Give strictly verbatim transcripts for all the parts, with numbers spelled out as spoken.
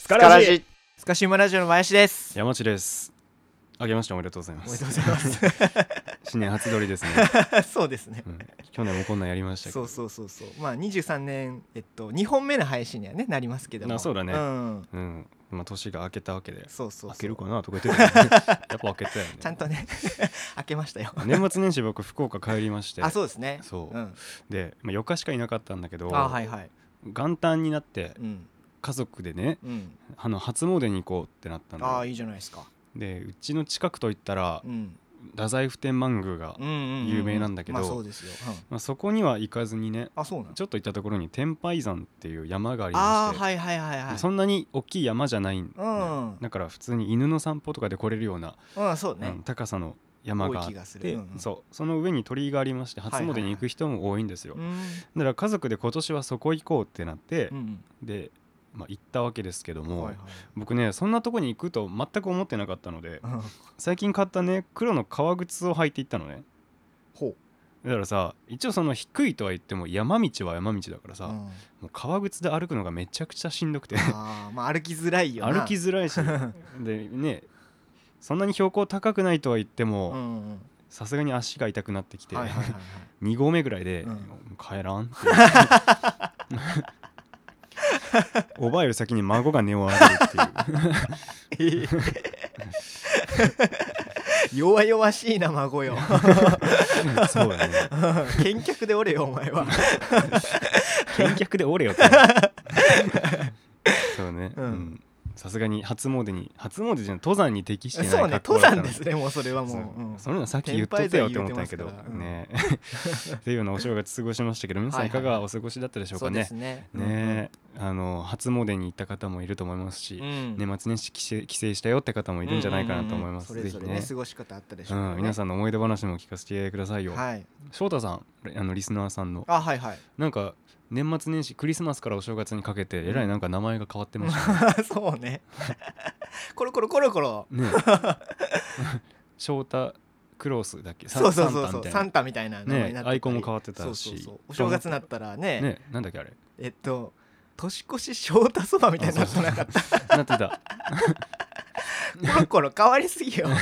スカラジスカシウマラジオの林です。 山地です。あげましておめでとうございます。 おめでとうございます新年初撮りですねそうですね、 うん、去年もこんなんやりましたけど、 そうそうそうそう、まあにじゅうさんねん、えっとにほんめの配信には、ね、なりますけども、 あそうだね、 うんうん、まあ、年が明けたわけで、 そうそうそう、 明けるかなとか言ってたよねやっぱ明けたよねちゃんとね明けましたよ年末年始僕福岡帰りましてあそうですね、 そう、 うん、 で、まあ、よっかしかいなかったんだけど、 あ、はいはい、 元旦になって、 うん、 家族でね、 うん、 あの初詣に行こうってなったんだ。 あいいじゃないですか。 でうちの近くといったら、うん、太宰府天満宮が有名なんだけど、 まあそうですよ、うん、 まあ、そこには行かずにね、 あそうなの、 ちょっと行ったところに天拝山っていう山がありまして、 あはいはいはいはい、 そんなに大きい山じゃないんだ、 うん、 だから普通に犬の散歩とかで来れるような、 うんそうね、 うん、高さの山があって、 うんうん、 そうその上に鳥居がありまして、初詣に行く人も多いんですよ、 はいはいはい、 だから家族で今年はそこ行こうってなって、 うん、でまあ、行ったわけですけども、はいはい、僕ね、 ねそんなとこに行くと全く思ってなかったので最近買ったね黒の革靴を履いていったのね。 ほう、 だからさ、一応その低いとは言っても山道は山道だからさ、うん、もう革靴で歩くのがめちゃくちゃしんどくてあ、まあ、歩きづらいよな、 歩きづらいしでね、そんなに標高高くないとは言ってもさすがに足が痛くなってきて、はいはいはいはい、に合目ぐらいで、うん、帰らんっておばあより先に孫が根を上げるっていう弱々しいな孫よそうだね健脚でおれよお前は健脚でおれよってそうね、うん、さすがに初詣に初詣じゃない登山に適してない格好だったの。 そうね、登山ですね、もうそれはもう、 そ, うん、 それのさっき言っとってよって思ったんだけど、うん、ねっていうようなお正月過ごしましたけど、皆さんいかがお過ごしだったでしょうかね。はいはいはい、そうですね、ね、うん、あの初詣に行った方もいると思いますし、うん、年末年始帰省、帰省したよって方もいるんじゃないかなと思います。 うんうんうん、それぞれね過ごし方あったでしょうね、 うん、皆さんの思い出話も聞かせてくださいよ。はい、翔太さん、あのリスナーさんの、 あ、はいはい、なんか年末年始クリスマスからお正月にかけてえらいなんか名前が変わってましたねそうねコロコロコロコロね翔太クロスだっけ、 そうそうそうそう、サンタみたいな名前になってたり、 ね、アイコンも変わってたし、そうそうそう、お正月になったらね、 ね、なんだっけあれ、 えっと年越し翔太そばみたいになってなかったなってたコロコロ変わりすぎよ、ね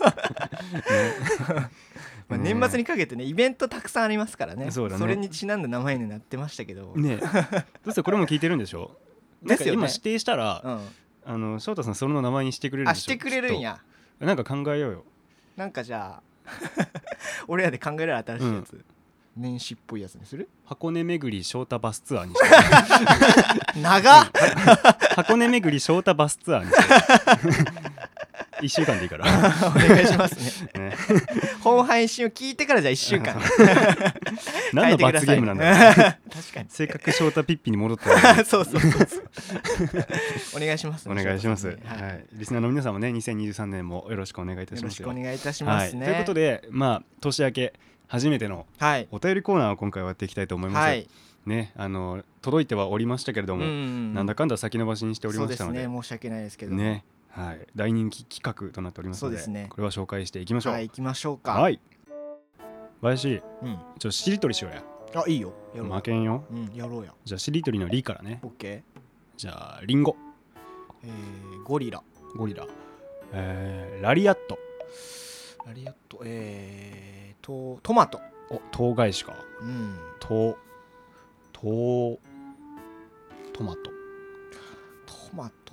まあ、年末にかけてねイベントたくさんありますから ね, そうだね、それにちなんだ名前になってましたけどねどうせこれも聞いてるんでしょですよね、今指定したら、うん、あの翔太さんそれの名前にしてくれるんでしょ。あ、 してくれるんや。 なんか考えようよ。なんかじゃあ俺らで考えられる新しいやつ、うん、年始っぽいやつにする。 箱根巡り翔太バスツアーにして長っ箱根巡り翔太バスツアーにしていっしゅうかんでいいからお願いします ね, ね本配信を聞いてからじゃあいっしゅうかん何の罰ゲームなんだよ確かにせっかく翔太ピッピに戻ったそうそうそうそうお願いします、 ね、お願いします、はいはい、リスナーの皆さんもねにせんにじゅうさんねんもよろしくお願いいたしますよ。 よろしくお願いいたしますね、 はい、ということでまあ年明け初めてのお便りコーナーを今回はやっていきたいと思います、はいね、あの届いてはおりましたけれども、うんうん、なんだかんだ先延ばしにしておりましたので、 そうですね、申し訳ないですけどね、はい、大人気企画となっておりますの で, そうです、ね、これは紹介していきましょう。 はい、行きましょうか。 はい、林、 うん、 ちょっとしりとりしようや。 あ、いいよ、やろう。 負けんよ、 うん、やろうや。 じゃあしりとりのリからね。 オッケー。 じゃあリンゴ、 えー、ゴリラゴリラ、えー、ラリアットラリアット、えーとトマト、 お、唐返しか。 うん、 ととトマトトマト、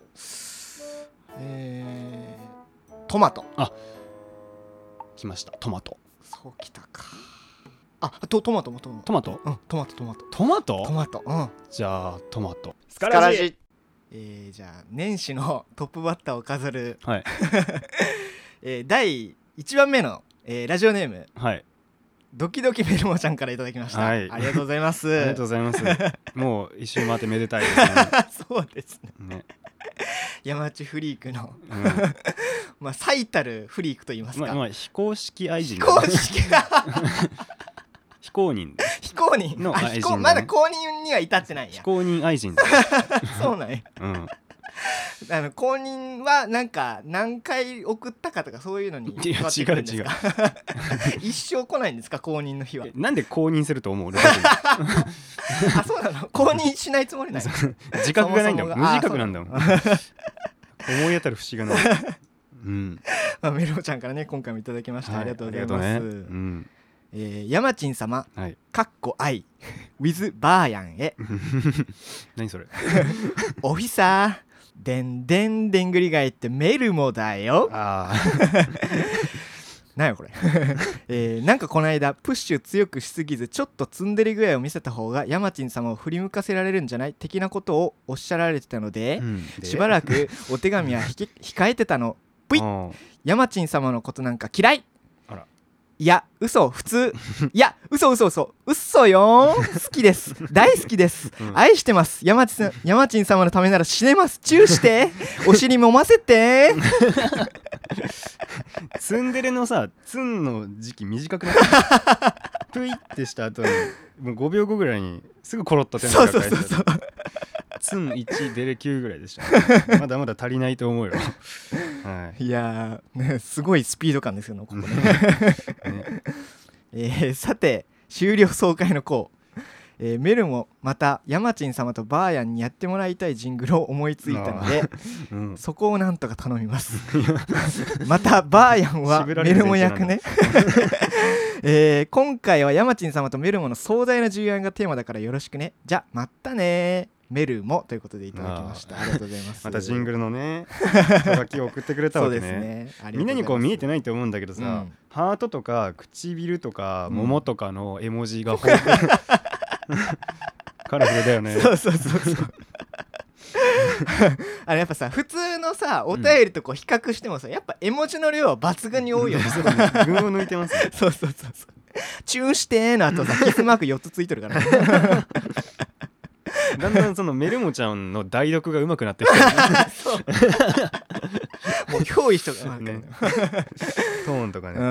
えー、トマト。 あ、来ました、トマト。 そうきたか。あ、トトマトもトマト。 トマト、 うん、トマトトマトトマトトマト、うん。 じゃあトマト。 スカラジ。えー、じゃあ年始のトップバッターを飾る、 はい、 えー、だいいちばんめの、えー、ラジオネーム、 はい、 ドキドキメルモちゃんからいただきました、はい、ありがとうございますありがとうございますもう一周回ってめでたいですねそうですね、ね、山内フリークの、うん、まあ最たるフリークと言いますか、 まあまあ、非公式愛人、 非公式非公認非公認の愛人、ね、まだ公認には至ってないんや。 非公認愛人そうなんや、 うん、 あの公認はなんか何回送ったかとかそういうのにいや違う違う一生来ないんですか公認の日は。 なんで公認すると思うあそうなの公認しないつもりない自覚がないんだもん無自覚なんだもん思い当たる節がない、うんまあ、メロちゃんからね今回もいただきました、はい、ありがとうございます、ねうんえー、ヤマチン様、はい、かっこ愛 with バーヤンへ何それオフィサーでんでんでんぐり返ってメルモだよあなんやこれ、えー、なんかこの間プッシュ強くしすぎずちょっとツンデレ具合を見せた方がヤマチン様を振り向かせられるんじゃない的なことをおっしゃられてたの で,、うん、でしばらくお手紙は控えてたのぷいヤマチン様のことなんか嫌いあらいや嘘普通いや嘘嘘嘘嘘よ好きです大好きです、うん、愛してますヤマチンヤマチン様のためなら死ねますチューしてお尻揉ませてツンデレのさツンの時期短くなったプイってした後にもうごびょうごぐらいにすぐコロッと手の中返してたツンいちデレきゅうぐらいでした、ね、まだまだ足りないと思うよ、 はい、いやー、ね、すごいスピード感ですよねここねね、えー、さて終了総会の項、えー、メルもまたヤマチン様とバーヤンにやってもらいたいジングルを思いついたので、うん、そこをなんとか頼みますまたバーヤンはメルモ役ねえー、今回はヤマチン様とメルモの壮大な重要がテーマだからよろしくねじゃまたねメルモということでいただきました。 あ, ありがとうございます。 またジングルのね書きを送ってくれたわけ ね, そうですねみんなにこう見えてないと思うんだけどさ、うん、ハートとか唇とか桃とかの絵文字が豊富、うん、カラフルだよね。 そうそうそうそうあれやっぱさ普通のさお便りとこう比較してもさ、うん、やっぱ絵文字の量は抜群に多いよね群を抜いてますねそうそうそうそうチューンしてーの後さキスマークよっつついてるからねだんだんそのメルモちゃんの代読が上手くなってきてそうもう憑依しとかねトーンとかね、うん、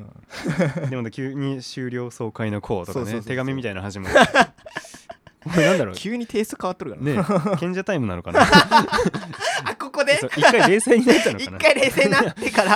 でも急に終了総会の項とかねそうそうそうそう手紙みたいなの始まるこれなんだろう急にテイスト変わっとるからね賢者タイムなのかなあここで一回冷静になったのかな一回冷静になってから、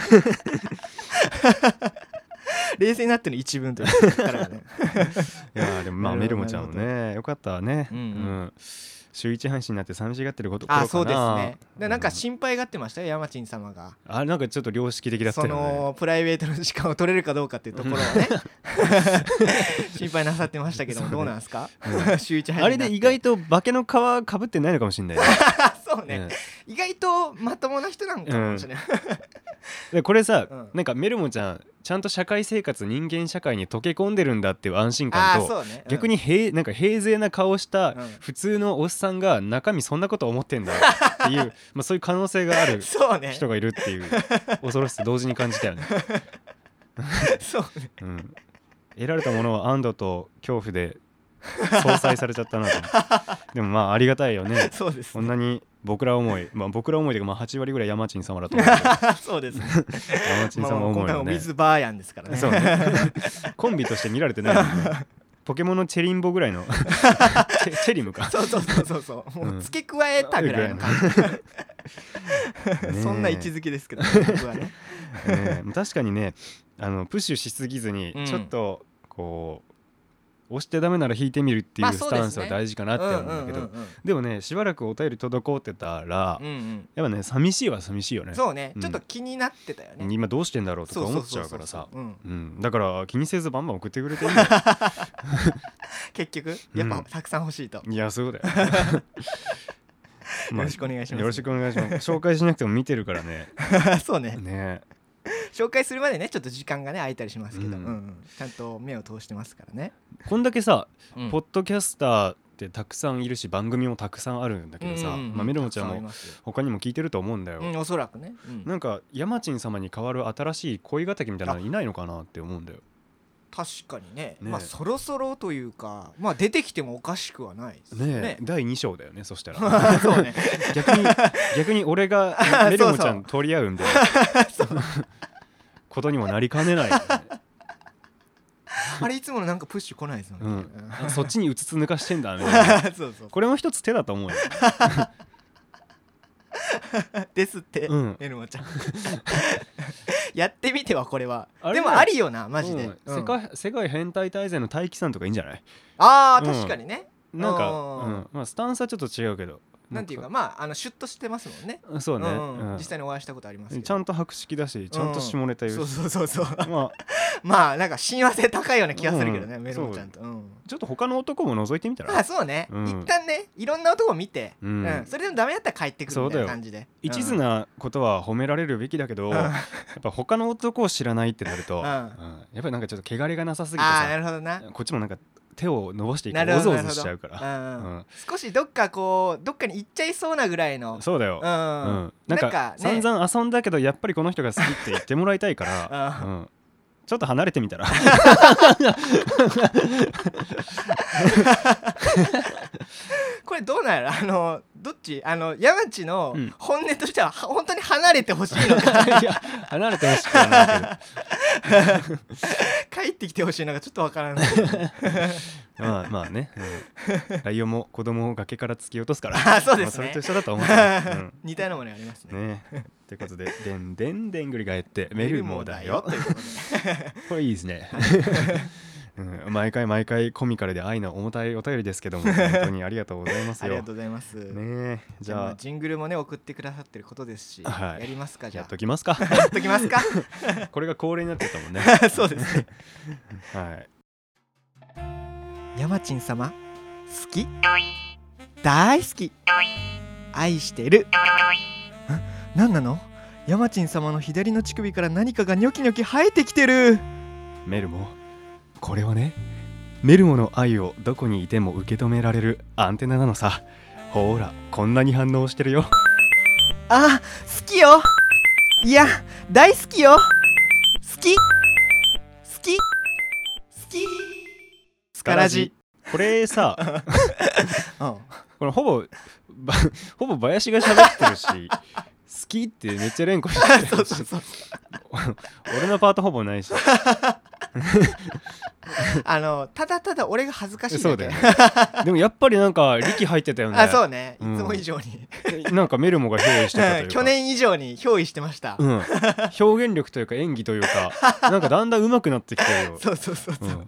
うん、冷静になっての一文というからねいやでもまあメルモちゃんもねよかったね、うんうんうん週一配信になって寂しがってることあそうですねでなんか心配がってましたよヤマチン様があれなんかちょっと良識的だったよねそのプライベートの時間を取れるかどうかっていうところをね心配なさってましたけどもどうなんですか、うん、週一配信あれで意外と化けの皮かぶってないのかもしれない、ね、 そうね、うん、意外とまともな人なのかもしれない、 うん、でこれさ、うん、なんかメルモちゃんちゃんと社会生活人間社会に溶け込んでるんだっていう安心感と、ねうん、逆にへなんか平静な顔した普通のおっさんが中身そんなこと思ってんだっていうまあそういう可能性がある人がいるっていう恐ろしさ同時に感じたよねそうね、 うん、得られたものは安堵と恐怖で相殺されちゃったなとでもまあありがたいよねそうですねこんなに僕ら思い、まあ、僕ら思いでまあはち割ぐらいヤマチン様だと思うそうですねヤマチン様思いのね、まあ、今回も水バーヤンですからねそうねコンビとして見られてないのねポケモンのチェリンボぐらいのチ, ェチェリムかそうそうそうそうそうもう付け加えたぐらいの感じ、ね、そんな位置づけですけど、ね、僕はねね確かにねあのプッシュしすぎずにちょっとこう、うん押してダメなら引いてみるっていうスタンスは大事かなって思うんだけどでもねしばらくお便り滞ってたら、うんうん、やっぱね寂しいは寂しいよねそうね、うん、ちょっと気になってたよね今どうしてんだろうとか思っちゃうからさだから気にせずバンバン送ってくれていいんだよ結局やっぱたくさん欲しいと、 うん、いやそうだよよろしくお願いします、 よろしくお願いします紹介しなくても見てるからねそうねね紹介するまでねちょっと時間がね空いたりしますけど、うんうん、ちゃんと目を通してますからねこんだけさ、うん、ポッドキャスターってたくさんいるし番組もたくさんあるんだけどさ、うんうんうんまあ、メルモちゃんも他にも聞いてると思うんだよ、 うん、おそらくね、 うん、なんかヤマチン様に代わる新しい恋敵みたいなのいないのかなって思うんだよ確かに ね, ねまあそろそろというかまあ出てきてもおかしくはないですねねだいに章だよねそしたらそうね逆に逆に俺がメルモちゃん取り合うんでそうそうことにもなりかねない、ね、 あれいつものなんかプッシュ来ないですもんね、 うん、そっちにうつつ抜かしてんだねそうそうこれも一つ手だと思うよですって、 うん、 メルモちゃんやってみてはこれはでもありよなマジで、うんうん、世界世界変態大全の大輝さんとかいいんじゃない？ あー、うん、確かにね。 なんか、うんまあ、スタンスはちょっと違うけどなんていうかまああのシュッとしてますもんね。 そうね、 うんうん、実際にお会いしたことありますけどちゃんと博識だしちゃんと下ネタ言うし、 うん、そうそうそうそうまあまあなんか親和性高いような気がするけどね、うん、メルモちゃんと、うん、 ちょっと他の男も覗いてみたら。 あそうね、うん、一旦ねいろんな男を見て、うんうん、それでもダメだったら帰ってくるみたいな感じで、 一途なことは褒められるべきだけど、うん、やっぱ他の男を知らないってなると、うんうん、やっぱりなんかちょっと汚れがなさすぎてさ、 あなるほどな、 こっちもなんか手を伸ばしていくとおぞおぞしちゃうから、 うんうん、少しどっかこうどっかに行っちゃいそうなぐらいの。 そうだよ、うんうん、なんか、なんか、ね、散々遊んだけどやっぱりこの人が好きって言ってもらいたいから、うん、ちょっと離れてみたらこれどうなんやろ、あのどっちあの山地の本音としては、うん、本当に離れてほしいのかいや離れてほしくはないけど帰ってきてほしいのがちょっとわからないまあまあね、うん、ライオンも子供を崖から突き落とすからあそうですね、 まあ、それと一緒だと思う、うん、 似たようなものがありますねということででんでんでんぐり返ってメルモだよこれいいですねうん、毎回毎回コミカルで愛の重たいお便りですけども本当にありがとうございますよありがとうございます、 ね、 じゃあジングルもね送ってくださってることですし、はい、やりますかじゃあやっときますかやっときますかこれが恒例になってたもんねそうですねはいヤマチン様好き大好き愛してる何なのヤマチン様の左の乳首から何かがニョキニョキ生えてきてる。 メルモこれはねメルモの愛をどこにいても受け止められるアンテナなのさ。ほらこんなに反応してるよ。 あ好きよいや大好きよ好き好き好きスカラジこれさこれほぼほぼ林が喋ってるし好きってめっちゃ連呼してるそうそうそう俺のパートほぼないしあのただただ俺が恥ずかしいだけ。 そうだよねでもやっぱりなんか力入ってたよね。 あそうねいつも以上に、 うん、なんかメルモが憑依してたというか去年以上に憑依してました、 うん、表現力というか演技というかなんかだんだん上手くなってきてるよそうそうそうそう、うん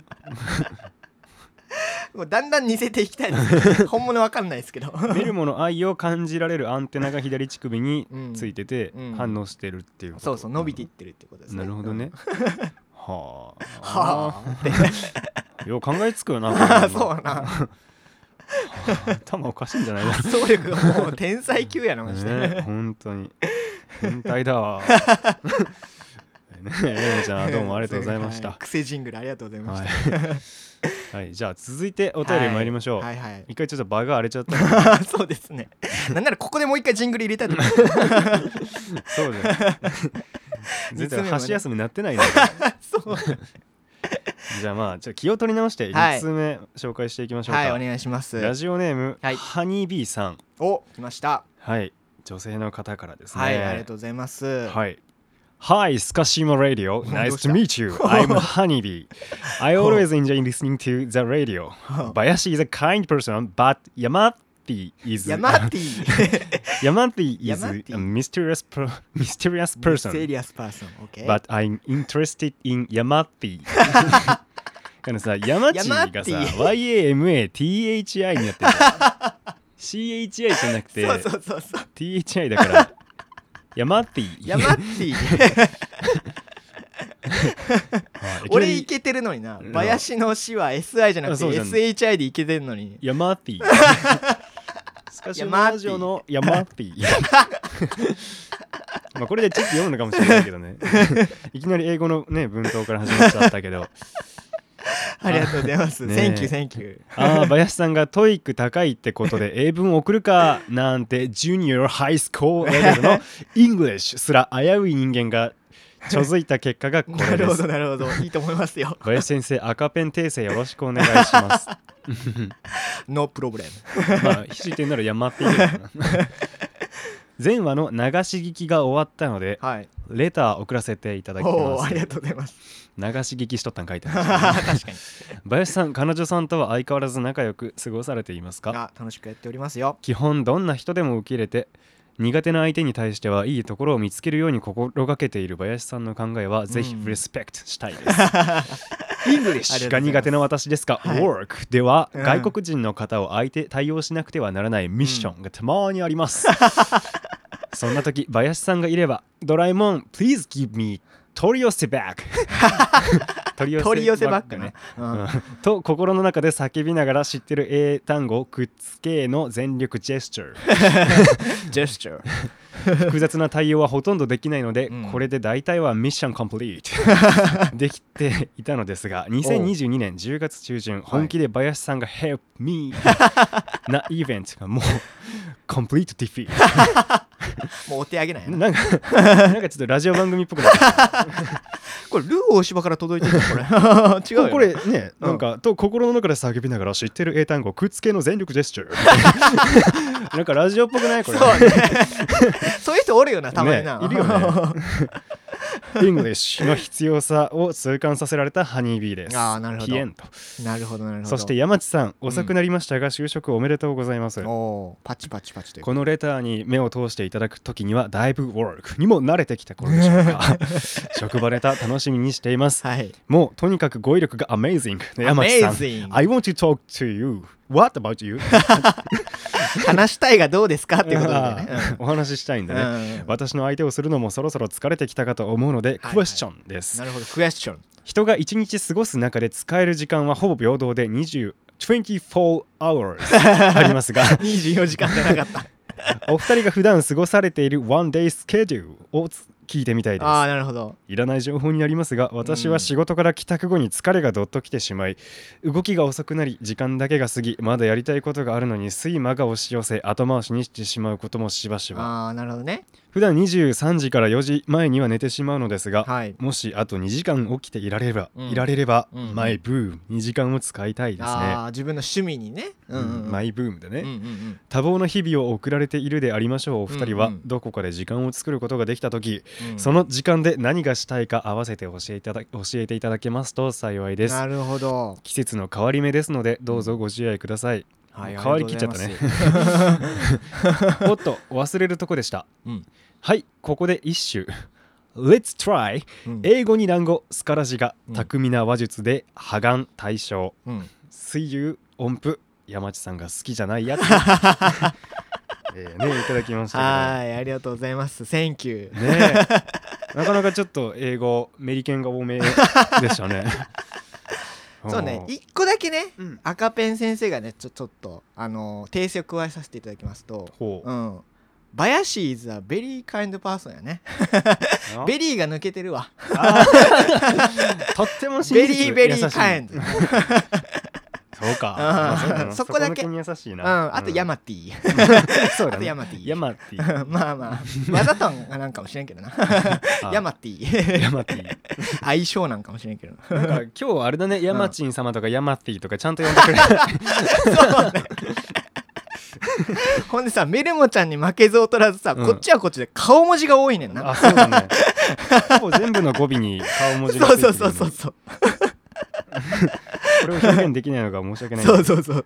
もうだんだん似せていきたいです本物わかんないですけどメルモの愛を感じられるアンテナが左乳首についてて反応してるっていうこと、 うんうん、そうそう伸びていってるってことですね。 なるほどね、うん、はあはあよう考えつくよなそうな頭おかしいんじゃないの発想力がもう天才級やなマジで、 ね、本当に変態だわねえもちゃんどうもありがとうございました、 はい、癖ジングルありがとうございました、 はいはい、じゃあ続いてお便り参りましょう、はいはいはい、一回ちょっと場が荒れちゃったそうですねなんならここでもう一回ジングル入れたいとそうだよ全然箸休みなってないねそうじゃあまあちょっと気を取り直してみっつめ紹介していきましょうか。 はい、はい、お願いします。 ラジオネーム、 はい、 ハニービーさん。 お来ました。 はい女性の方からですね。 はいありがとうございます。 はい。Hi, Skashima Radio. Nice to meet you. I'm Honeybee. I always enjoy listening to the radio. Bayashi is a kind person, but Yamati is Yamati. Yamati is a mysterious, per- mysterious person. Mysterious person. Okay. But I'm interested in Yamati. あのさ、ヤマチがさ、ワイエーエムエーティーエイチアイ になってる。シーエイチアイ じゃなくて、 そうそうそうそうティーエイチアイ だから。ヤマティヤマティ俺いけてるのにな、林の死は エスアイ じゃなくて エスエイチアイ でいけてるのにヤマティスカシマラジオのヤマティまあこれでチェック読むのかもしれないけどねいきなり英語のね文頭から始まっちゃったけどありがとうございます。センキューセンキュー。 ああ、林さんがトイック高いってことで英文送るかなんてジュニアハイスコーレベルのイングリッシュすら危うい人間がちょづいた結果がこれです。 なるほどなるほど、いいと思いますよ。 林先生赤ペン訂正よろしくお願いします。 ノープロブレム。まあひじてんならやまっていいかな。前話の流し聞きが終わったので、はい、レター送らせていただきます。 おありがとうございます。 流し聞きしとったん書いてある、ね、 確かに林さん彼女さんとは相変わらず仲良く過ごされていますか？ あ楽しくやっておりますよ。 基本どんな人でも受け入れて苦手な相手に対してはいいところを見つけるように心がけている林さんの考えはぜひリスペクトしたいです、イングリッシュが苦手な私ですが、はい、Work では、うん、外国人の方を相手対応しなくてはならないミッションがたまにあります、うん、そんな時林さんがいればドラえもん Please give me 取り寄せバッグ取り寄せバッグね、うんうん、と心の中で叫びながら知ってる英単語くっつけの全力ジェスチャージェスチャー複雑な対応はほとんどできないので、うん、これで大体はミッションコンプリートできていたのですがにせんにじゅうにねんじゅうがつ中旬本気で林さんが Help me なイベントがもうコンプリートディフィートもうお手上げないななんかなんかちょっとラジオ番組っぽくなってこれルー大柴から届いてるこれ違うよ、ね、 これねなんか、うん、と心の中で叫びながら知ってる英単語くっつけの全力ジェスチャーなんかラジオっぽくないこれそうねそういう人おるよなたまにな、 ね、いるよねイングリッシュの必要さを痛感させられたハニービーです。 あーなるほどピエンとなるほどなるほど。 そして山地さん遅くなりましたが、うん、就職おめでとうございます。 おパチパチパチというこのレターに目を通していただくときにはだいぶワークにも慣れてきた頃でしょうか職場ネタ楽しみにしています、はい、もうとにかく語彙力が Amazing 山地さん I want to talk to you What about you? 話したいがどうですかっていうことでね、 うん、お話ししたいんでね、うん、私の相手をするのもそろそろ疲れてきたかと思うので、はいはい、クエスチョンです。 なるほどクエスチョン。 人がいちにち過ごす中で使える時間はほぼ平等でにじゅう にじゅうよん hours ありますがにじゅうよじかんじゃなかったお二人が普段過ごされている One Day Schedule を聞いてみたいです。 あーなるほど。 いらない情報になりますが私は仕事から帰宅後に疲れがどっときてしまい、うん、動きが遅くなり時間だけが過ぎまだやりたいことがあるのに睡魔が押し寄せ後回しにしてしまうこともしばしば。 あーなるほどね。 普段にじゅうさんじからよじまえには寝てしまうのですが、はい、もしあとにじかん起きていられれば、うん、いられれば、うん、マイブームにじかんを使いたいですね。 あ自分の趣味にね、うんうんうん、 マイブームでね、うんうんうん、多忙な日々を送られているでありましょう。お二人はどこかで時間を作ることができた時、うん、その時間で何がしたいか合わせて教えていただ、教えていただけますと幸いです。 なるほど。 季節の変わり目ですのでどうぞご自愛ください、はい、変わりきっちゃったねおっと忘れるとこでした、うんはい、ここで一首 Let's try、うん、英語に単語スカラジが、うん、巧みな話術で破顔対象、うん、水牛音符山地さんが好きじゃないやつえーねいただきましたけど、 はいありがとうございます Thank you ねなかなかちょっと英語メリケンが多めでしたねそうね一個だけね、うん、赤ペン先生がねちょ、ちょっとあの訂正を加えさせていただきますと、ほう、うんバヤシーズはベリーカインドパーソンやねベリーが抜けてるわとってもベリーベリーカインドそうか、 そこだけ優しいな、 うん、あとヤマティそうだね、 あとヤマティヤマティまあまあわざとなんかもしれんけどなヤマティヤマティ相性なんかもしれんけどなんか今日あれだねヤマチン様とかヤマティとかちゃんと呼んでくれるそうねほんでさメルモちゃんに負けず劣らずさ、うん、こっちはこっちで顔文字が多いねんな。 あそうだねほぼ全部の語尾に顔文字がついてる、ね、 そうそうそうそうこれを表現できないのが申し訳ないそうそうそう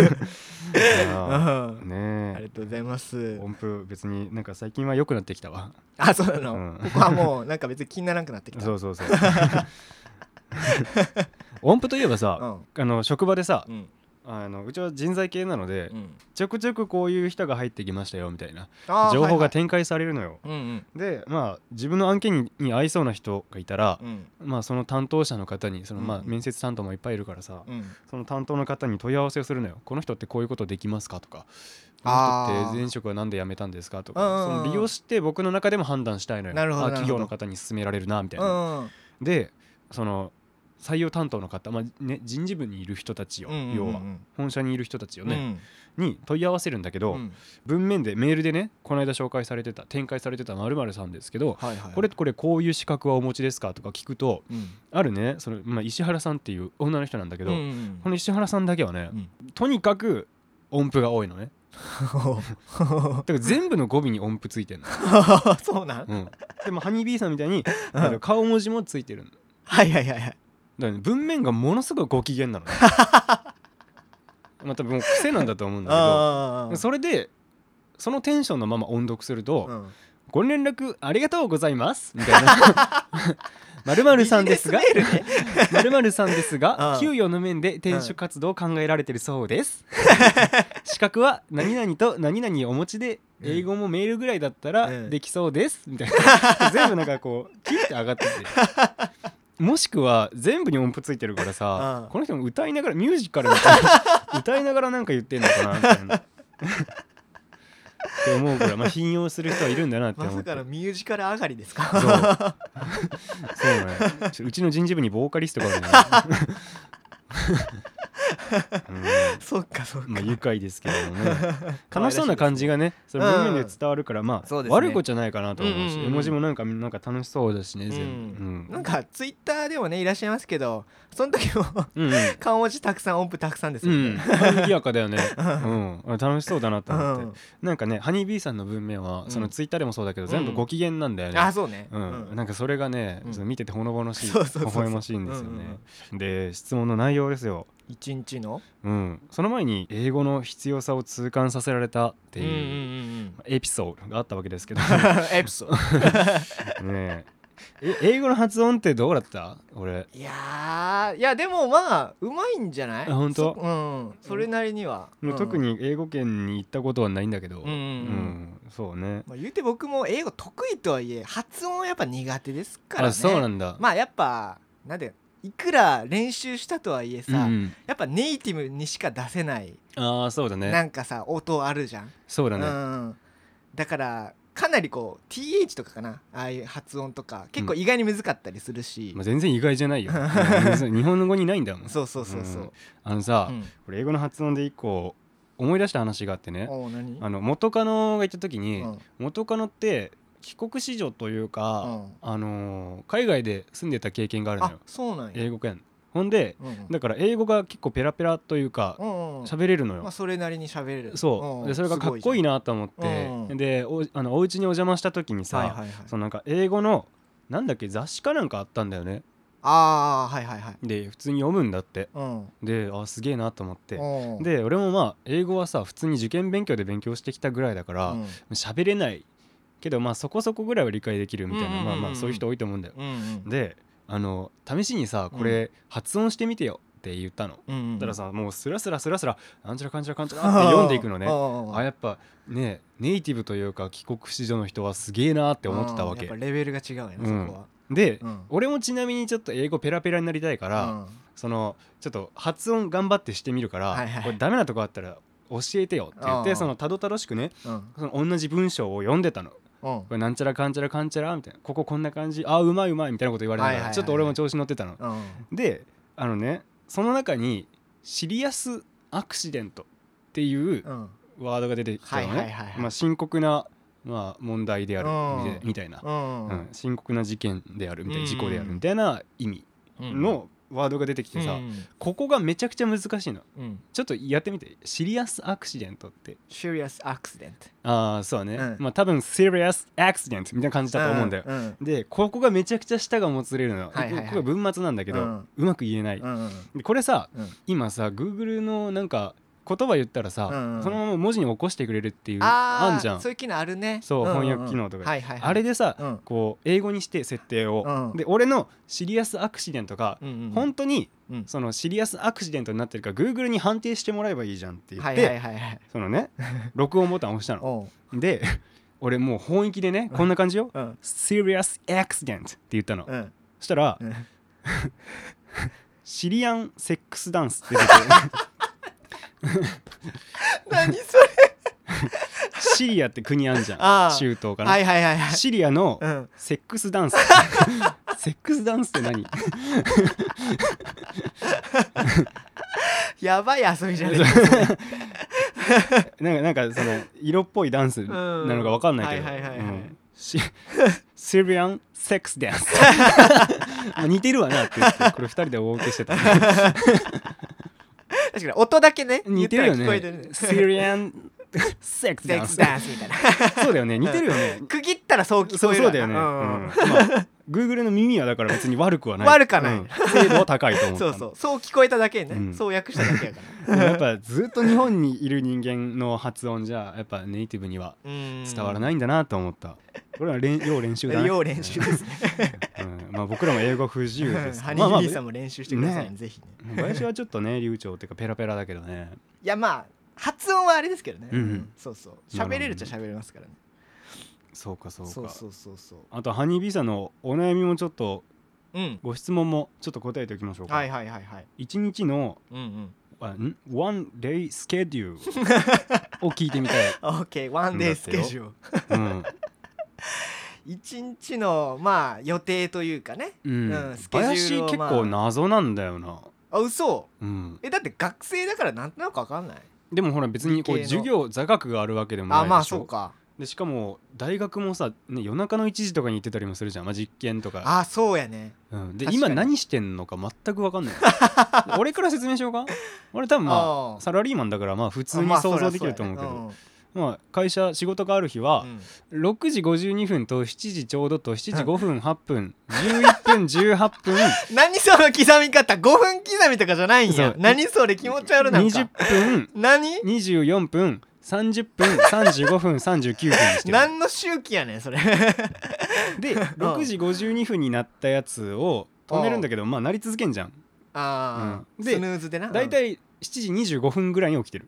あ, ねありがとうございます。 音符別になんか最近は良くなってきたわ。 あそうなの、うん、ここはもうなんか別に気にならなくなってきたそうそうそう音符といえばさ、うん、あの職場でさ、うんあのうちは人材系なので、うん、ちょくちょくこういう人が入ってきましたよみたいな情報が展開されるのよ、はいはい、でまあ自分の案件に、に合いそうな人がいたら、うん、まあその担当者の方にその、まあ、面接担当もいっぱいいるからさ、うん、その担当の方に問い合わせをするのよ。この人ってこういうことできますかとか、この人って前職はなんで辞めたんですかとか、その利用して僕の中でも判断したいのよ。 なるほど、 あ企業の方に勧められるなみたいな。でその採用担当の方、まあね、人事部にいる人たちよ、うんうんうん、要は本社にいる人たちよね、うん、に問い合わせるんだけど、うん、文面でメールでねこの間紹介されてた展開されてた〇〇さんですけど、はいはいはい、これこれこういう資格はお持ちですかとか聞くと、うん、あるねその、まあ、石原さんっていう女の人なんだけど、うんうん、この石原さんだけはね、うん、とにかく音符が多いのねだから全部の語尾に音符ついてるのそうなん、 うん、でもハニービーさんみたいに顔文字もついてるのはいはいはいはいだからね、文面がものすごいご機嫌なのねまあ多分癖なんだと思うんだけどそれでそのテンションのまま音読すると、 うん、 ご連絡ありがとうございますみたいな〇〇さんですが〇〇さんですが、うん、給与の面で転職活動を考えられているそうです、うん、資格は何々と何々をお持ちで英語もメールぐらいだったらできそうです、うん、みたいな全部なんかこうキュッて上がっててもしくは全部に音符ついてるからさ、うん、この人も歌いながらミュージカルみたいな歌いながらなんか言ってんのかなみたいなって思うから、まあ、信用する人はいるんだなって思って。 まさかのミュージカル上がりですか。 そうそうね、うちの人事部にボーカリストがあるねうん、 そっかそっか、 まあ、愉快ですけどもね楽しそうな感じがねその文面で伝わるから、うん、まあ、ね、悪いことじゃないかなと思うし、うんうんうん、絵文字もなんかなんか楽しそうだしね、全部、うん、 なんかツイッターでもねいらっしゃいますけどその時もうん、うん、顔文字たくさん音符たくさんですよね、 うん、賑やかだよね、うん、楽しそうだなと思って、うん、なんかねハニービーさんの文面はそのツイッターでもそうだけど、うん、全部ご機嫌なんだよね、 あそうね、 うんうん、なんかそれがね、うん、見ててほのぼのしい微笑ましいんですよね、うんうん、で質問の内容ですよ。 一日の、 うん、その前に英語の必要さを痛感させられたっていうエピソードがあったわけですけどエピソードねえ英語の発音ってどうだった？俺いやいやでもまあうまいんじゃない？ 本当？ うん、それなりには、 うん、特に英語圏に行ったことはないんだけど、うん、うんうん、そうね、 まあ、言うて僕も英語得意とはいえ発音はやっぱ苦手ですからね。 あ、そうなんだ。 まあやっぱなんでいくら練習したとはいえさ、うん、やっぱネイティブにしか出せない、 あ、そうだね、 なんかさ音あるじゃん。 そうだね、 うん、だからかなりこう ティーエイチ とかかな、ああいう発音とか結構意外に難かったりするし、 うん、まあ、全然意外じゃないよ日本語にないんだもん。 そうそうそうそう、うん、 あのさ、うん、これ英語の発音で一個思い出した話があってね、 お何？ あの元カノがいた時に、うん、元カノって帰国子女というか、うん、あのー、海外で住んでた経験があるのよ。 あ、そうなんや。 英語圏ほんで、うんうん、だから英語が結構ペラペラというか喋、うんうん、れるのよ、 まあ、それなりに喋れる。 そう、うん、でそれがかっこいいなと思って、うん、で お, あのお家にお邪魔した時にさ、はいはいはい、そのなんか英語のなんだっけ雑誌かなんかあったんだよね。 ああ、はいはいはい。 で普通に読むんだって、うん、であすげえなと思って、うん、で俺もまあ英語はさ普通に受験勉強で勉強してきたぐらいだから喋、うん、れないけどまあそこそこぐらいは理解できるみたいな、うんうんうん、まあまあそういう人多いと思うんだよ、うんうん、であの試しにさこれ発音してみてよって言ったの、うんうん、だからさもうスラスラスラスラなんちゃらかんちゃらかんちゃらって読んでいくのね。あやっぱねネイティブというか帰国子女の人はすげえなって思ってたわけ。 やっぱレベルが違うよね、うん、そこは。 で、 うん、 俺もちなみにちょっと英語ペラペラになりたいから、うん、そのちょっと発音頑張ってしてみるから、はいはい、これダメなとこあったら教えてよって言ってそのたどたどしくね、うん、その同じ文章を読んでたの。うん、これなんちゃらかんちゃらかんちゃらみたいな、こここんな感じ、あうまいうまいみたいなこと言われながら、はいはいはいはい、ちょっと俺も調子乗ってたの、うん、であのねその中にシリアスアクシデントっていうワードが出てきたのね、はいはいはいはい、まあ、深刻な、まあ、問題であるみたいな、うんうん、深刻な事件であるみたいな、事故であるみたいな意味のワードが出てきてさ、うん、ここがめちゃくちゃ難しいの、うん、ちょっとやってみて。シリアスアクシデントってシリアスアクシデント、 ああそうね、うん、まあ多分シリアスアクシデントみたいな感じだと思うんだよ、うんうん、でここがめちゃくちゃ舌がもつれるのよ、はいはいはい、ここが文末なんだけど、うん、うまく言えない、うんうん、でこれさ、うん、今さ Google のなんか言葉言ったらさ、うんうん、そのまま文字に起こしてくれるっていうあんじゃん。 そういう機能あるね。 そう、うんうん、翻訳機能とか、はいはいはい、あれでさ、うん、こう英語にして設定を、うん、で俺のシリアスアクシデントが、うんうん、本当に、うん、そのシリアスアクシデントになってるから Google に判定してもらえばいいじゃんって言って、はいはいはいはい、そのね録音ボタンを押したので俺もう本意気でね、こんな感じよ、うん、Serious Accident って言ったの、うん、そしたら、うん、シリアンセックスダンスって出て何それシリアって国あんじゃん、中東かな、 はいはいはいはい、 シリアのセックスダンス、うん、セックスダンスって何やばい遊びじゃねえなんかなんかその色っぽいダンスなのか分かんないけど、シリアンセックスダンス似てるわなって言ってこれふたりで大受けしてた確かに音だけね似てるよね。シリアンセックスダンスみたいなそうだよね、似てるよね。 区切ったらそう聞こえる。 そうだよね、うんうん、まあ、 Google の耳はだから別に悪くはない悪くはない、 うん、精度は高いと思ったそうそうそう聞こえただけね、うん、そう訳しただけやからやっぱずっと日本にいる人間の発音じゃやっぱネイティブには伝わらないんだなと思った。これは練要練習だね。 要練習ですね、 うんまあ、僕らも英語不自由です。 ハニーリーさんも練習してくださいね、 ねぜひね。 林はちょっとね流暢っていうかペラペラだけどね。 いやまあ発音はあれですけどね、 うんうん、 そうそう喋れるっちゃ喋れますからね。 そうかそうか。 そうそうそうそう。 あとハニービーさんのお悩みもちょっと、 うん、 ご質問もちょっと答えておきましょうか。 はいはいはいはい。 一日の、うんうんあん one day schedule を聞いてみたい。 OK one day schedule うん一日のまあ予定というかね、 うんうん、スケジュールを、まあ、林結構謎なんだよな。 あ嘘、 うん、 えだって学生だからなんとなく分かんない。 でもほら別にこう授業座学があるわけでもないでしょ。 あまあそうか。でしかも大学もさ、ね、夜中のいちじとかに行ってたりもするじゃん、まあ、実験とか。 あそうやね、 うん、で今何してんのか全く分かんない俺から説明しようか。俺多分まあサラリーマンだからまあ普通に想像できると思うけど、まあ、会社仕事がある日は、うん、ろくじごじゅうにふんとしちじちょうどとしちじごふんはっぷんじゅういっぷんじゅうはっぷん何その刻み方ごふん刻みとかじゃないんや。何それ気持ち悪い。なんかにじゅっぷん何にじゅうよんぷんさんじゅっぷんさんじゅうごふんさんじゅうきゅうふんにしてる。 何の周期やねんそれでろくじごじゅうにふんになったやつを止めるんだけどまあなり続けんじゃん。 あ、うん、でスヌーズでなだいたいしちじにじゅうごふんぐらいに起きてる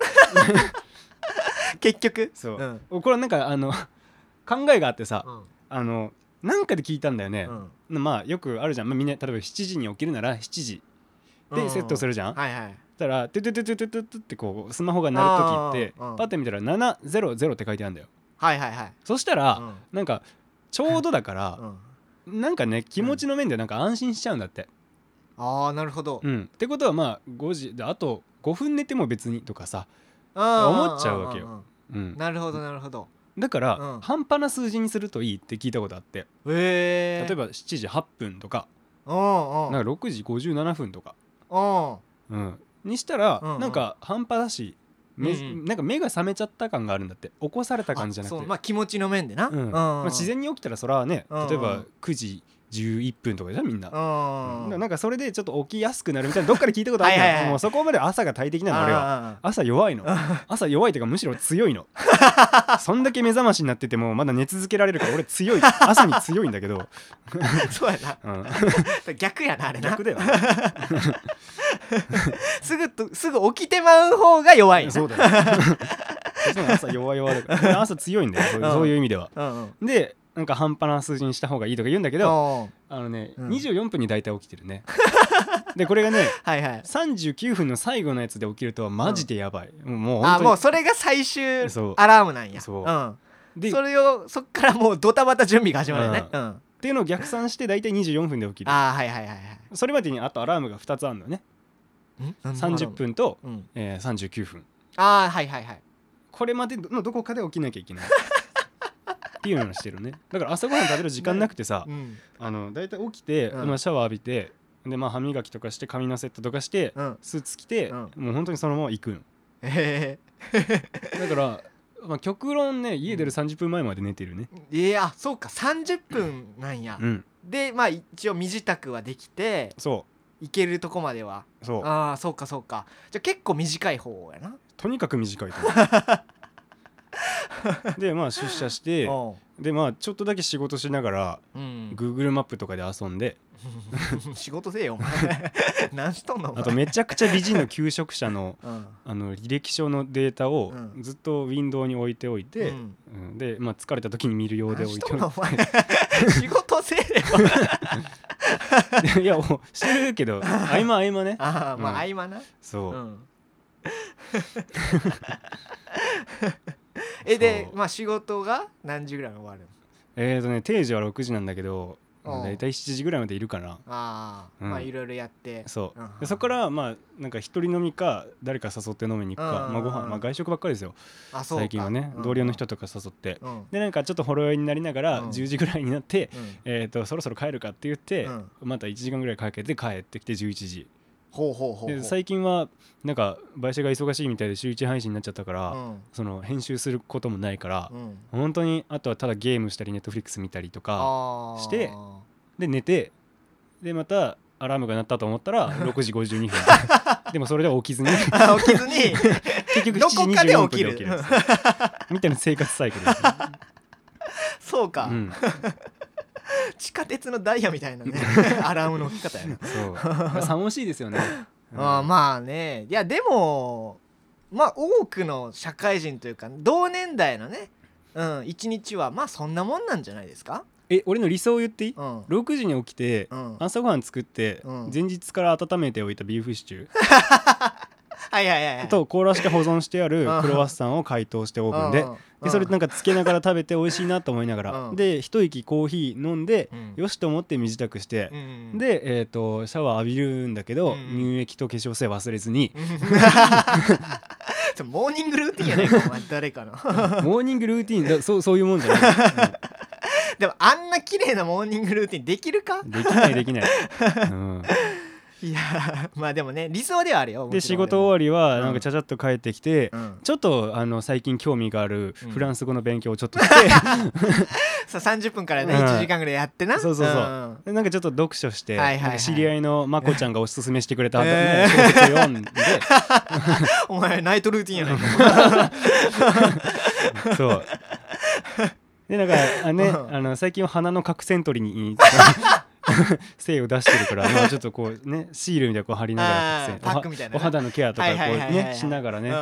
結局そう、うん、これなんかあの考えがあってさ、うん、あのなんかで聞いたんだよね、うん、まあよくあるじゃん、まあ、みんな例えばしちじに起きるならしちじでセットするじゃん、うんうん、はいはい。たらトゥトゥトゥトゥトゥトゥってこうスマホが鳴る時ってパッて見たらななぜろぜろって書いてあるんだよ。 はいはいはい。 そしたら、うん、なんかちょうどだから、うん、なんかね気持ちの面でなんか安心しちゃうんだって、 うん、ああなるほど、 うん、ってことはまあごじであとごふん寝ても別にとかさ思っちゃうわけよ、 うん、なるほどなるほど。 だから、うん、半端な数字にするといいって聞いたことあって、へ例えばしちじはっぷんとかなんかろくじごじゅうななふんとか、うん、にしたら、うんうん、なんか半端だし、うんうん、なんか目が覚めちゃった感があるんだって。起こされた感じじゃなくてそう、まあ、気持ちの面でな、うんうんまあ、自然に起きたらそれはね、うんうん、例えばくじじゅういっぷんとかじゃんみんな、うんうん、なんかそれでちょっと起きやすくなるみたいなどっかで聞いたことあるけどはいはい、はい、もうそこまで朝が大敵なの俺は。朝弱いの朝弱いというかむしろ強いのそんだけ目覚ましになっててもまだ寝続けられるから俺強い朝に強いんだけどそうやな、うん、逆やなあれな。 逆だよすぐとすぐ起きてまう方が弱いな。 そうだよ朝弱々だから朝強いんだよそういう、そういう意味では、うんうん、でなんか半端な数字にした方がいいとか言うんだけどあのね、うん、にじゅうよんぷんに大体起きてるねでこれがねはい、はい、さんじゅうきゅうふんの最後のやつで起きるとマジでやばい、うん、もう本当にあもうそれが最終アラームなんや。そう、うん、でそれをそっからもうドタバタ準備が始まるよね、うんうん、 っていうのを逆算して大体にじゅうよんふんで起きる。 あはいはいはいはい。 それまでにあとアラームがふたつあるのね。さんじゅっぷんと、うんえー、さんじゅうきゅうふん。 あはいはいはい。 これまでのどこかで起きなきゃいけないっていうのをしてるね。だから朝ごはん食べる時間なくてさ、うん、あのだいたい起きて、うんまあ、シャワー浴びてで、まあ、歯磨きとかして髪のセットとかして、うん、スーツ着て、うん、もう本当にそのまま行くの。へだから、まあ、極論ね家出るさんじゅっぷんまえまで寝てるね。 いやそうかさんじゅっぷんなんや、うん、でまあ一応身支度はできてそう行けるとこまではそうああそうかそうか。じゃあ結構短い方やな。 とにかく短いとでまあ出社してでまあちょっとだけ仕事しながら、うん、Google マップとかで遊んで仕事せえよお前何しとんのお前。 あとめちゃくちゃ美人の求職者の、うん、あの履歴書のデータをずっとウィンドウに置いておいて、うんうん、で、まあ、疲れた時に見るようで置いておいて仕事せえよいやもうしてるけど合間合間ねあ、まあ、合間なそう、うんえで、まあ、仕事が何時ぐらいに終わるの？ えーとね定時はろくじなんだけどだいたいしちじぐらいまでいるかな。 あ、うん、まあいろいろやってそう、うん、でそこからまあなんか一人飲みか誰か誘って飲みに行くか、うん、まあご飯、まあ、外食ばっかりですよ。あそう最近はね、うん、同僚の人とか誘って、うん、でなんかちょっとほろ酔いになりながらじゅうじぐらいになって、うん、えーとそろそろ帰るかって言って、うん、またいちじかんぐらいかけて帰ってきてじゅういちじ。ほうほうほうほう。で最近はなんか林が忙しいみたいで週いち配信になっちゃったから、うん、その編集することもないから、うん、本当にあとはただゲームしたりネットフリックス見たりとかしてで寝てでまたアラームが鳴ったと思ったらろくじごじゅうにふんでもそれでは起きずに起きずに結局しちじにじゅうよんぷんで起きるみたいな生活サイクルです、ね、 そうか、 うん、 地下鉄のダイヤみたいなねアラームの起き方やなそう寂しいですよね、 うん、あまあねいやでもまあ多くの社会人というか同年代のね、うん、一日はまあそんなもんなんじゃないですか。 え俺の理想を言っていい、 うん、 ろくじに起きて、うん、朝ごはん作って、うん、前日から温めておいたビーフシチューはいはいはい、はい、 と凍らして保存してあるクロワッサンを解凍してオーブンで、でそれなんかつけながら食べて美味しいなと思いながら、で一息コーヒー飲んで、よしと思って身支度して、で、えーとシャワー浴びるんだけど、乳液と化粧水忘れずにモーニングルーティンやないかお前誰かのモーニングルーティンだ そ, そういうもんじゃない、うんでもあんな綺麗なモーニングルーティンできるか。 できないできない、うん、 いやまあでもね理想ではあるよ。 で仕事終わりはなんかちゃちゃっと帰ってきて、うん、ちょっとあの最近興味があるフランス語の勉強をちょっとして、 うん、さんじゅっぷんからね、うん、いちじかんぐらいやってな。 そうそうそう、うん、なんかちょっと読書して、はいはいはい、知り合いのまこちゃんがおすすめしてくれた、ね、小説を読んでお前ナイトルーティンやないかそうでなんかあ、ね、あの最近は鼻の角栓取りに精を出してるから、まあ、ちょっとこうねシールみたいなこう貼りながら角栓パックみたいな、 お肌のケアとかこうねしながらね、うん、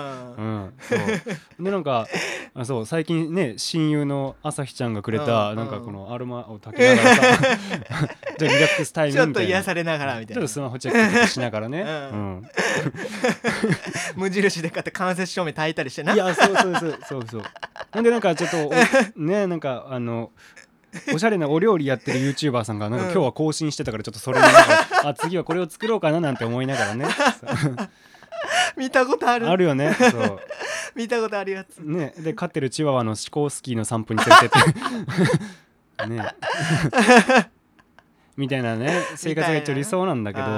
そうでなんかあそう最近ね親友の朝日ちゃんがくれた、うん、なんかこのアロマを炊きながらさじゃあリラックスタイムみたいなちょっと癒されながらみたいなちょっとスマホチェックしながらね、うんうん、 無印で買って間接照明炊いたりしてな。 いやそうそうそうそうそうなんでなんかちょっとねなんかあのおしゃれなお料理やってる YouTuber さんがなんか今日は更新してたからちょっとそれになんかあ次はこれを作ろうかななんて思いながらね見たことあるあるよね。そう見たことあるやつねで飼ってるチワワのシコースキーの散歩に連れてってねみたいなね生活が一応理想なんだけど、うん、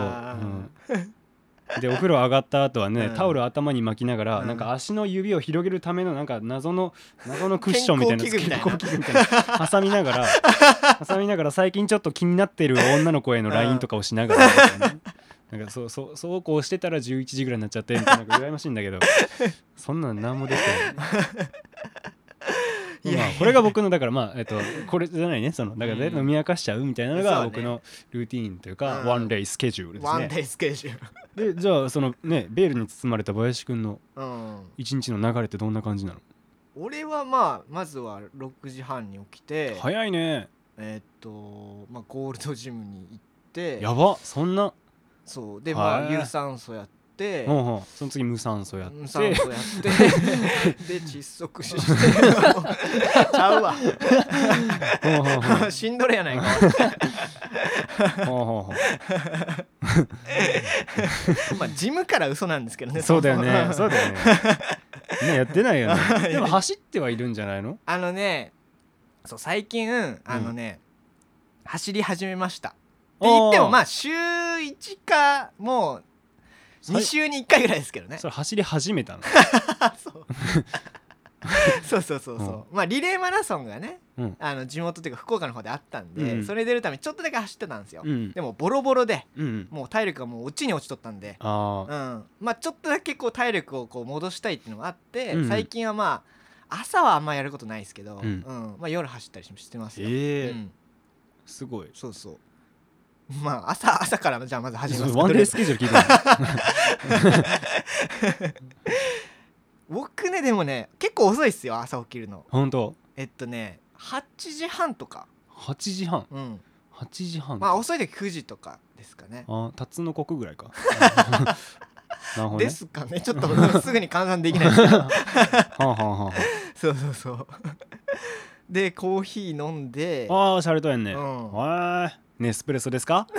でお風呂上がった後はね、うん、タオル頭に巻きながら、うん、なんか足の指を広げるためのなんか謎の謎のクッションみたいな健康器具みたいな挟みながら挟みながら最近ちょっと気になってる女の子への ライン とかをしながらみたいな、ね、なんかそうそうそうこうしてたらじゅういちじぐらいになっちゃってみたいな、なんか羨ましいんだけどそんなん何もできないまあ、これが僕のだからまあえっとこれじゃないねそのだから、ね、飲み明かしちゃうみたいなのが僕のルーティーンというか、ワンデイスケジュールですね。 ワンデイスケジュールでじゃあそのねベールに包まれた林くんの一日の流れってどんな感じなの？ 俺はまあまずはろくじはんに起きて早いね。 えー、っとまあゴールドジムに行ってやばそんなそうでまあ有酸素やってほうほうその次無酸素やって無酸素やってで窒息死してちゃうわほうほうほうしんどれやないかほうほうほうまあジムから嘘なんですけどね。 そうだよねそうだよねねやってないよねでも走ってはいるんじゃないの？ あのねそう最近あのね、うん、走り始めましたって言ってもまあ週いちかもうに週にいっかいぐらいですけどね。 それ走り始めたのそうそうそうそうそう、うん、まあリレーマラソンがね、うん、あの地元というか福岡の方であったんで、うん、それ出るためにちょっとだけ走ってたんですよ、うん、でもボロボロで、うん、もう体力がもう落ちに落ちとったんで、あ、うん、まあちょっとだけこう体力をこう戻したいっていうのがあって、うん、最近はまあ朝はあんまやることないですけど、うんうんまあ、夜走ったりしてますよ。えーうん、すごい。 そうそうまあ 朝, 朝からじゃあまず始めます。 ワンデースケジュール聞いて僕ねでもね結構遅いっすよ朝起きるの。 本当？ えっとねはちじはんとか。 はちじはん、 うん、 はちじはんまあ遅い時くじとかですかね。 あタツノコクぐらいかなるほど、ね、ですかねちょっとすぐに換算できないですけどはあはあはあそうそうそうでコーヒー飲んでああシャレとやんね、うん、はいネスプレッソですか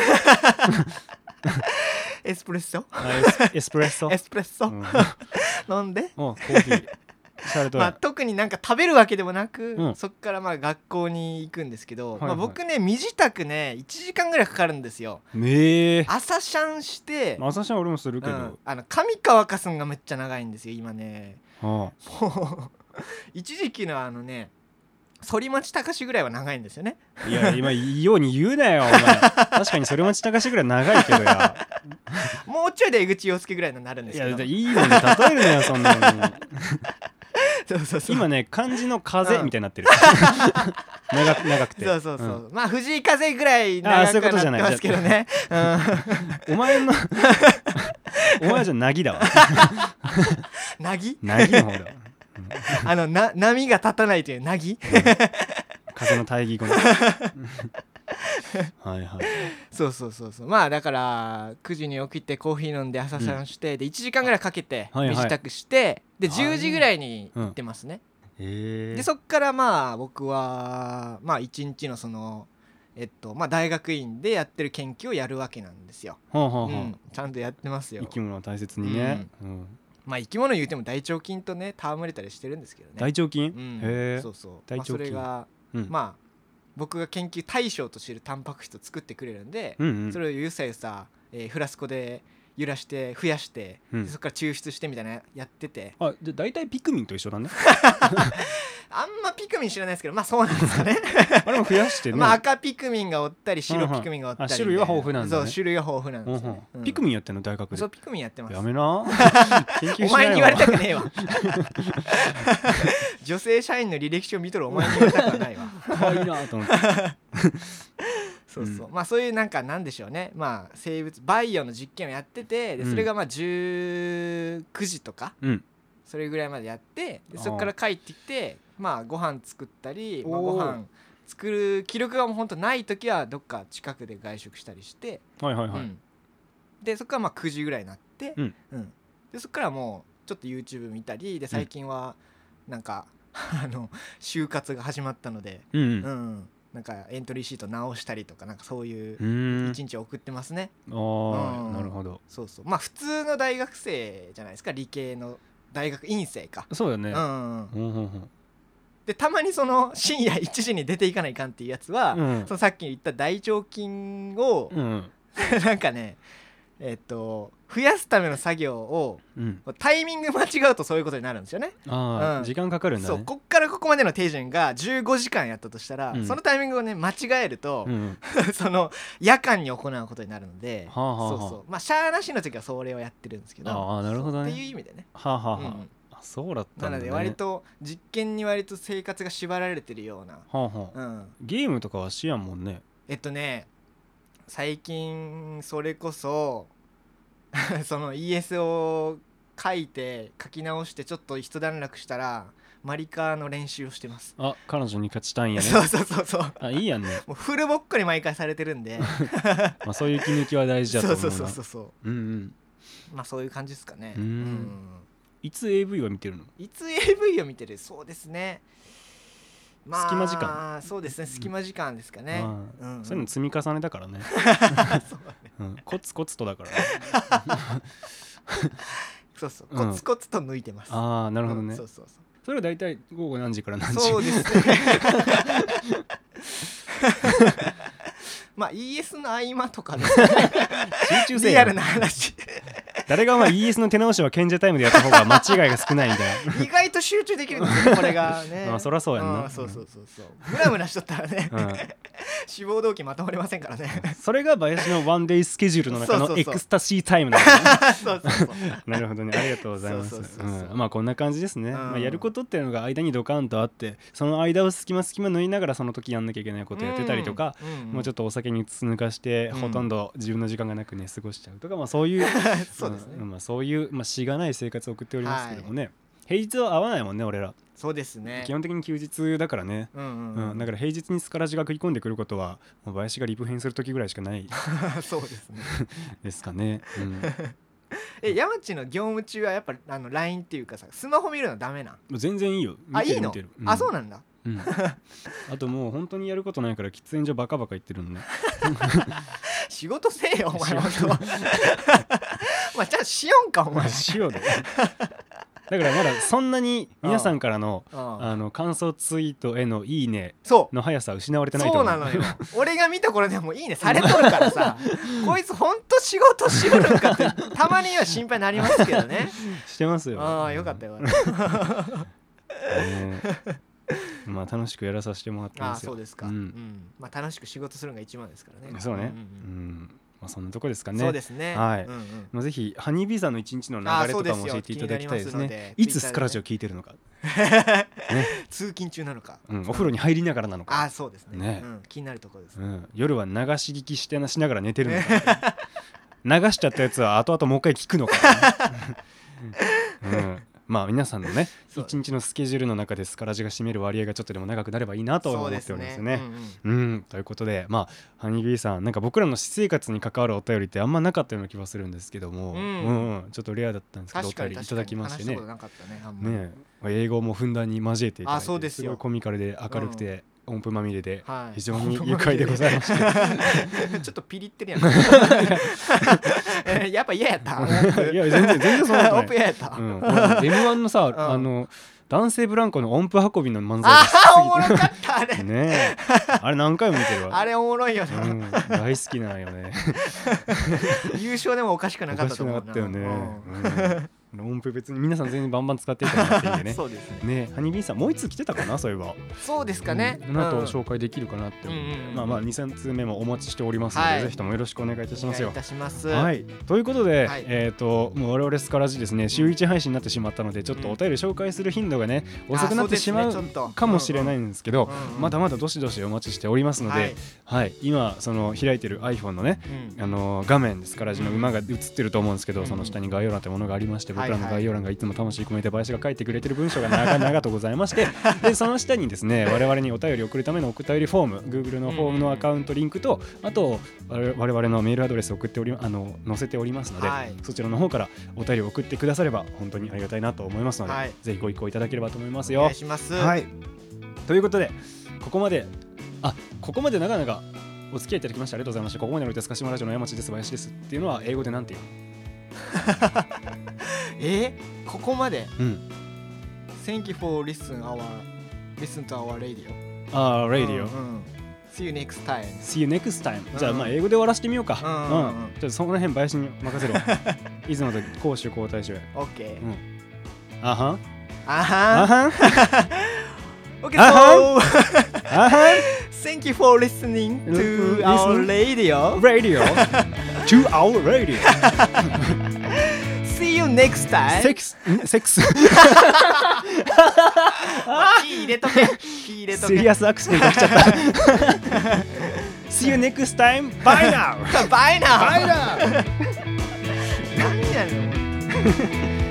エスプレッソエスプレッソエスプレッソ、うん、飲んでコーヒーシャレとやん、 まあ、特になんか食べるわけでもなく、うん、そっからまあ学校に行くんですけど、はいはいまあ、僕ね身支度ねいちじかんぐらいかかるんですよ。 ね朝シャンして朝シャン俺もするけど、うん、 あの髪乾かすんがめっちゃ長いんですよ今ね、はあ、もう一時期のあのね反町隆史ぐらいは長いんですよね。 いや今いいように言うなよお前確かに反町隆史ぐらい長いけどやもうちょいで江口洋介ぐらいになるんですけど。 いやいいのに例えるなよそんなのにそうそうそう今ね漢字の風みたいになってる長く長くてそうそうそう、うん、まあ藤井風ぐらい長くなってますけどね。 お前のお前じゃなぎだわなぎなぎの方だわあのな波が立たないというなぎ、うん、 風の対義語はいはいそうそうそうそうまあだからくじに起きてコーヒー飲んで朝さんして、うん、でいちじかんぐらいかけて身支度して、はいはい、でじゅうじぐらいに行ってますね、 うん、 でそっからまあ僕はまあいちにちのそのえっとまあ大学院でやってる研究をやるわけなんですよ、 はあはあはあ、 うん、ちゃんとやってますよ。 生き物は大切にね、 うんうん、まあ生き物言うても大腸菌とね戯れたりしてるんですけどね。 大腸菌、 うん、 へそうそう大腸菌、 まあ、それが、うん、まあ僕が研究対象としているタンパク質を作ってくれるんで、うんうん、それをゆさゆさ、えー、フラスコで揺らして増やして、うん、そこから抽出してみたいなやってて、 あじゃあ大体ピクミンと一緒だねあんまピクミン知らないですけどまあそうなんですかねあれも増やしてねまあ赤ピクミンがおったり白ピクミンがおったり、 うん、種類は豊富なんだね。 そう種類は豊富なんですね、 うんうん、ピクミンやってんの大学で。 そうピクミンやってます。 やめな研究しないわお前に言われたくねえわ女性社員の履歴書を見とるお前に言われたくはないわ可愛いなと思ってそうそう、うん、まあそういうなんかなんでしょうね、まあ生物バイオの実験をやってて、でそれがまあじゅうくじとか、うん、それぐらいまでやって、でそこから帰ってきてまあご飯作ったり、まあ、ご飯作る気力がもうほんとない時はどっか近くで外食したりして、 はいはいはい、 うん、でそこからまあくじぐらいになって、 うんうん、でそこからもうちょっと YouTube 見たりで、最近はなんか、うん、あの就活が始まったので、 うんうんうんなんかエントリーシート直したりとかなんかそういう一日を送ってますね。 ああ、うん、なるほど。 そうそうまあ普通の大学生じゃないですか、理系の大学院生か。 そうだね、 うんうんうん、でたまにその深夜いちじに出ていかないかんっていうやつは、うん、そのさっき言った大腸菌を、うん、なんかねえっと増やすための作業を、うん、タイミング間違うとそういうことになるんですよね。 あ、うん、時間かかるんだね。 そうこっからここまでの手順がじゅうごじかんやったとしたら、うん、そのタイミングをね間違えると、うん、その夜間に行うことになるので、はあはあ、そうそうまあシャアなしの時はそれをやってるんですけど、 あなるほどね、 っていう意味でね、 はあはあはあ、うん、あそうだったんだね。 なので割と実験に割と生活が縛られてるような、 はあはあうん、ゲームとかはしやんもんね。 えっとね最近それこそその イーエス を書いて書き直してちょっと一段落したらマリカーの練習をしてます。 あ彼女に勝ちたいんやね。 そうそうそうそうあいいやんねもうフルボッコに毎回されてるんでまあそういう息抜きは大事だと思うな。 そうそうそうそう、 うんうん、 まあそういう感じですかね。 うん、うん、いつ エーブイ は見てるの？ いつ エーブイ を見てる？そうですね、まあ、 隙間時間。 そうですね隙間時間ですかね、 うんうん、そういうの積み重ねだからねそうだね、 うん、コツコツとだからねそうそう、うん、コツコツと抜いてます。 ああなるほどね、うん、 そうそうそうそれはだいたい午後何時から何時？ そうですねまあ イーエス の合間とかね集中せえよリアルな話誰がまあ イーエス の手直しは賢者タイムでやった方が間違いが少ないみたいな意外と集中できるんですよこれがねまあそりゃそうやんな、 うん、そうそうそうそうムラムラしとったらね、うん、志望動機まとまりませんからねそれが林のワンデイスケジュールの中のエクスタシータイムなんだねそうそうそうなるほどね、ありがとうございます。まあこんな感じですね、うんまあ、やることっていうのが間にドカンとあって、その間を隙間隙間縫いながらその時やんなきゃいけないことやってたりとか、うんうん、もうちょっとお酒につ抜かして、うん、ほとんど自分の時間がなくね過ごしちゃうとか、まあそういうそうですね、 まあ、そういう、まあ、しがない生活を送っておりますけどもね、はい、平日は会わないもんね俺ら。 そうですね、 基本的に休日だからね、うんうんうんうん、だから平日にスカラジが食い込んでくることはもう林がリプ編する時ぐらいしかないそうですねですかね、うん、 え山地の業務中はやっぱあの ライン っていうかさスマホ見るのダメなん？ 全然いいよ、見てる見てる。 あいいの、うん、あそうなんだ、 うん、あともう本当にやることないから喫煙所バカバカ言ってるのね仕事せえよお前本当まあじゃあしよんかお前しようでだからまだそんなに皆さんからのあの感想ツイートへのいいねの速さ失われてないと思う。 そうなのよ俺が見た頃でもいいねされとるからさこいつほんと仕事しよるんかってたまには心配になりますけどねしてますよ。 ああよかったよかった、 ね、 まあ楽しくやらさせてもらってますよ。 あそうですか、うんうん、まあ楽しく仕事するのが一番ですからね。 そうね、うんうんうんまあ、そんなとこですかね。 そうですね、 はい、 うんうんまあ、ぜひハニービザの一日の流れとかも教えていただきたいですね。いつスカラジオ聞いてるのか、 ね、通勤中なのか、 うん、お風呂に入りながらなのか、 あそうです ね, ね、うん、気になるところです、ねうん、 夜は流し聞きしてなしながら寝てるのか流しちゃったやつは後々もう一回聞くのか、うんまあ皆さんのね一日のスケジュールの中でスカラジが占める割合がちょっとでも長くなればいいなと思っておりますね。うん、うんうん、ということでまあハニービーさんなんか僕らの私生活に関わるお便りってあんまなかったような気がするんですけども、うんうん、ちょっとレアだったんですけどお便りいただきましてね。ね英語もふんだんに交えていただいて、そうですよ、すごいコミカルで明るくて、うん、音符まみれで非常に愉快でございました、 はい、ちょっとピリってるやんやっぱ嫌やったいや全然全然そんなことない音符嫌やった、うん、 エムワン のさ、うん、あの男性ブランコの音符運びの漫才があおもろかったあれねあれ何回も見てるわあれおもろいよね、 うん、大好きなんよね優勝でもおかしくなかったと思うな。 おかしくなかったよね、うん音符別に皆さん全然バンバン使っていただいていいんでね。 そうですね。ねハニービーさんもう一つ来てたかなそういえば。 そうですかね。 この後紹介できるかなって思って、うん、まあまあに、さん通目もお待ちしておりますので、はい、ぜひともよろしくお願いいたしますよ。 お願いいたします。 はい。ということで、はい、えっ、ー、ともう我々スカラジですね週一配信になってしまったのでちょっとお便り紹介する頻度がね、うん、遅くなってしまうかもしれないんですけど、うんうん、まだまだどしどしお待ちしておりますので、はい、はい、今その開いてる iPhone のね、うん、あの画面スカラジの馬が映ってると思うんですけど、うん、その下に概要欄というものがありまして、僕らの概要欄がいつも魂込めて林が書いてくれてる文章が長々とございましてでその下にですね我々にお便り送るためのお便りフォーム Google のフォームのアカウントリンクとあと我々のメールアドレスを送っておりあの載せておりますので、はい、そちらの方からお便りを送ってくだされば本当にありがたいなと思いますので、はい、ぜひご意向いただければと思いますよ。 お願いします、 はい、ということでここまであここまで長々お付き合いいただきましてありがとうございました。ここまでの手塚島ラジオの山地です林ですっていうのは英語でなんて言うえー、ここまで、 うん、 Thank you for listen our listen to our radio ああ radio、うんうん、 See you next time See you next time、うん、じゃあまあ英語で終わらせてみようか、うんうんうん、ちょっとその辺林に任せろいつもと攻守交代しようや OK、 うん、あはんあはんあはん OK so Thank you for listening to Listen, our radio radio to our radio See you next time セックスセックスキー入れとけキー入れとけシリアスアクシデント起きちゃったSee you next time Bye now Bye now Bye now 何やねん